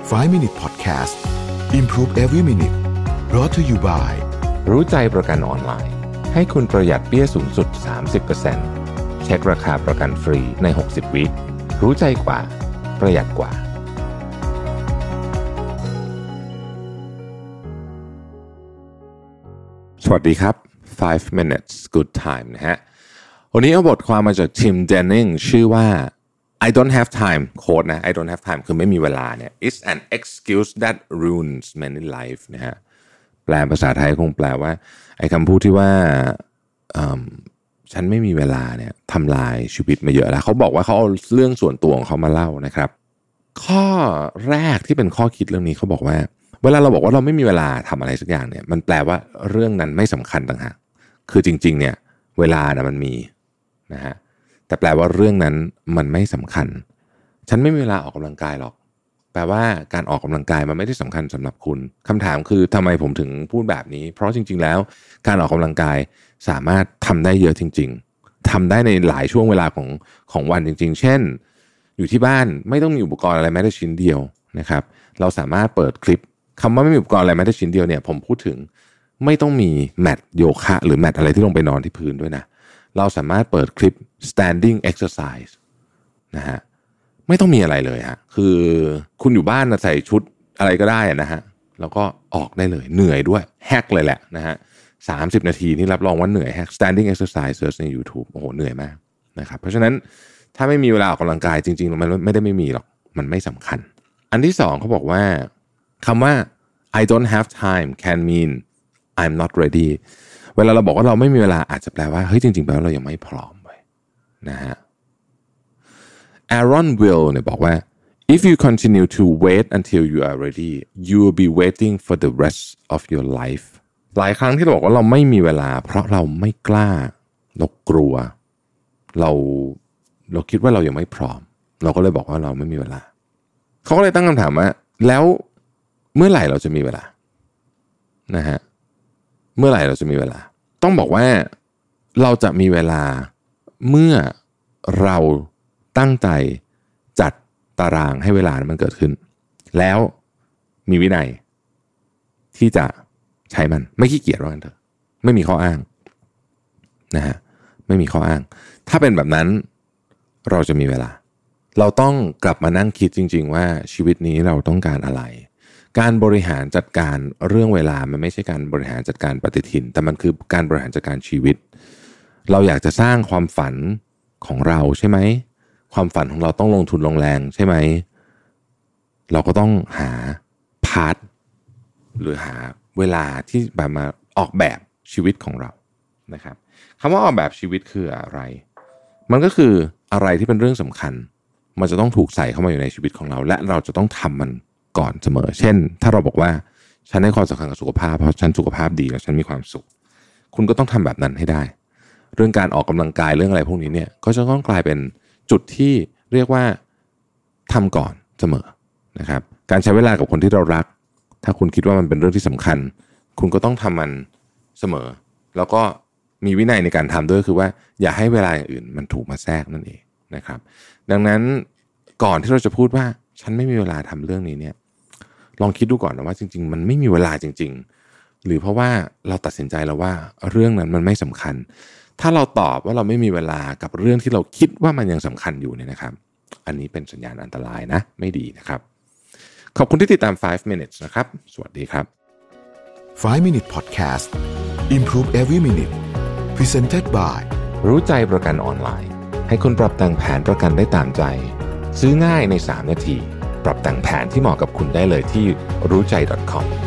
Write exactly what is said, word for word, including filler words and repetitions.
ไฟว์ มินิท Podcast Improve Every Minute brought to you by รู้ใจประกันออนไลน์ให้คุณประหยัดเบี้ยสูงสุด สามสิบเปอร์เซ็นต์ เช็คราคาประกันฟรีในหกสิบวิรู้ใจกว่าประหยัดกว่าสวัสดีครับ five minutes good time นะฮะวันนี้เอาบทความมาจาก Tim Denning ชื่อว่า I don't have time โค้ดนะ I don't have time คือไม่มีเวลาเนี่ย It's an excuse that ruins many life นะฮะแปลภาษาไทยคงแปลว่าไอ้คำพูดที่ว่าฉันไม่มีเวลาเนี่ยทำลายชีวิตมาเยอะแล้วเขาบอกว่าเขาเอาเรื่องส่วนตัวของเขามาเล่านะครับข้อแรกที่เป็นข้อคิดเรื่องนี้เขาบอกว่าเวลาเราบอกว่าเราไม่มีเวลาทำอะไรสักอย่างเนี่ยมันแปลว่าเรื่องนั้นไม่สำคัญต่างหากคือจริงๆเนี่ยเวลานะมันมีนะฮะแต่แปลว่าเรื่องนั้นมันไม่สำคัญฉันไม่มีเวลาออกกำลังกายหรอกแปลว่าการออกกำลังกายมันไม่ได้สำคัญสำหรับคุณคำถามคือทำไมผมถึงพูดแบบนี้เพราะจริงๆแล้วการออกกำลังกายสามารถทำได้เยอะจริงๆทำได้ในหลายช่วงเวลาของของวันจริงๆเช่นอยู่ที่บ้านไม่ต้องมีอุปกรณ์อะไรแม้แต่ชิ้นเดียวนะครับเราสามารถเปิดคลิปคำว่าไม่มีอุปกรณ์อะไรแม้แต่ชิ้นเดียวเนี่ยผมพูดถึงไม่ต้องมีแมทโยคะหรือแมทอะไรที่ลงไปนอนที่พื้นด้วยนะเราสามารถเปิดคลิป standing exercise นะฮะไม่ต้องมีอะไรเลยฮะคือคุณอยู่บ้านใส่ชุดอะไรก็ได้นะฮะแล้วก็ออกได้เลยเหนื่อยด้วยแฮกเลยแหละนะฮะสามสิบนาทีนี่รับรองว่าเหนื่อยแฮก standing exercise search ใน YouTube โอ้โหเหนื่อยมากนะครับเพราะฉะนั้นถ้าไม่มีเวลาออกกำลังกายจริงๆมันไม่ได้ไม่มีหรอกมันไม่สำคัญอันที่สองเขาบอกว่าคำว่า I don't have time can mean I'm not ready เวลาเราบอกว่าเราไม่มีเวลาอาจจะแปลว่าเฮ้ยจริงๆแปลว่าเรายังไม่พร้อมไว้นะฮะ Aaron Will เนี่ยบอกว่า if you continue to wait until you are ready you will be waiting for the rest of your life หลายครั้งที่เราบอกว่าเราไม่มีเวลาเพราะเราไม่กล้าเรากลัวเราเราคิดว่าเรายังไม่พร้อมเราก็เลยบอกว่าเราไม่มีเวลาเขาก็เลยตั้งคำถามว่าแล้วเมื่อไหร่เราจะมีเวลานะฮะเมื่อไหร่เราจะมีเวลาต้องบอกว่าเราจะมีเวลาเมื่อเราตั้งใจจัดตารางให้เวลามันเกิดขึ้นแล้วมีวินัยที่จะใช้มันไม่ขี้เกียจว่างั้นเถอะไม่มีข้ออ้างนะฮะไม่มีข้ออ้างถ้าเป็นแบบนั้นเราจะมีเวลาเราต้องกลับมานั่งคิดจริงๆว่าชีวิตนี้เราต้องการอะไรการบริหารจัดการเรื่องเวลามันไม่ใช่การบริหารจัดการปฏิทินแต่มันคือการบริหารจัดการชีวิตเราอยากจะสร้างความฝันของเราใช่ไหมความฝันของเราต้องลงทุนลงแรงใช่ไหมเราก็ต้องหาพาร์ทหรือหาเวลาที่แบบมาออกแบบชีวิตของเรานะครับคำว่าออกแบบชีวิตคืออะไรมันก็คืออะไรที่เป็นเรื่องสำคัญมันจะต้องถูกใส่เข้ามาอยู่ในชีวิตของเราและเราจะต้องทำมันก่อนเสมอเช่นถ้าเราบอกว่าฉันให้ความสำคัญกับสุขภาพเพราะฉันสุขภาพดีและฉันมีความสุขคุณก็ต้องทำแบบนั้นให้ได้เรื่องการออกกำลังกายเรื่องอะไรพวกนี้เนี่ยก็จะต้องกลายเป็นจุดที่เรียกว่าทำก่อนเสมอนะครับการใช้เวลากับคนที่เรารักถ้าคุณคิดว่ามันเป็นเรื่องที่สำคัญคุณก็ต้องทำมันเสมอแล้วก็มีวินัยในการทำด้วยคือว่าอย่าให้เวลาอย่างอื่นมันถูกมาแทรกนั่นเองนะครับดังนั้นก่อนที่เราจะพูดว่าฉันไม่มีเวลาทำเรื่องนี้เนี่ยลองคิดดูก่อนนะว่าจริงๆมันไม่มีเวลาจริงๆหรือเพราะว่าเราตัดสินใจแล้วว่าเรื่องนั้นมันไม่สำคัญถ้าเราตอบว่าเราไม่มีเวลากับเรื่องที่เราคิดว่ามันยังสำคัญอยู่เนี่ยนะครับอันนี้เป็นสัญญาณอันตรายนะไม่ดีนะครับขอบคุณที่ติดตามfive minutes นะครับสวัสดีครับ five minute Podcast Improve Every Minute Presented by รู้ใจประกันออนไลน์ให้คุณปรับแต่งแผนประกันได้ตามใจซื้อง่ายในสามนาทีปรับแต่งแผนที่เหมาะกับคุณได้เลยที่รู้ใจ ดอท คอม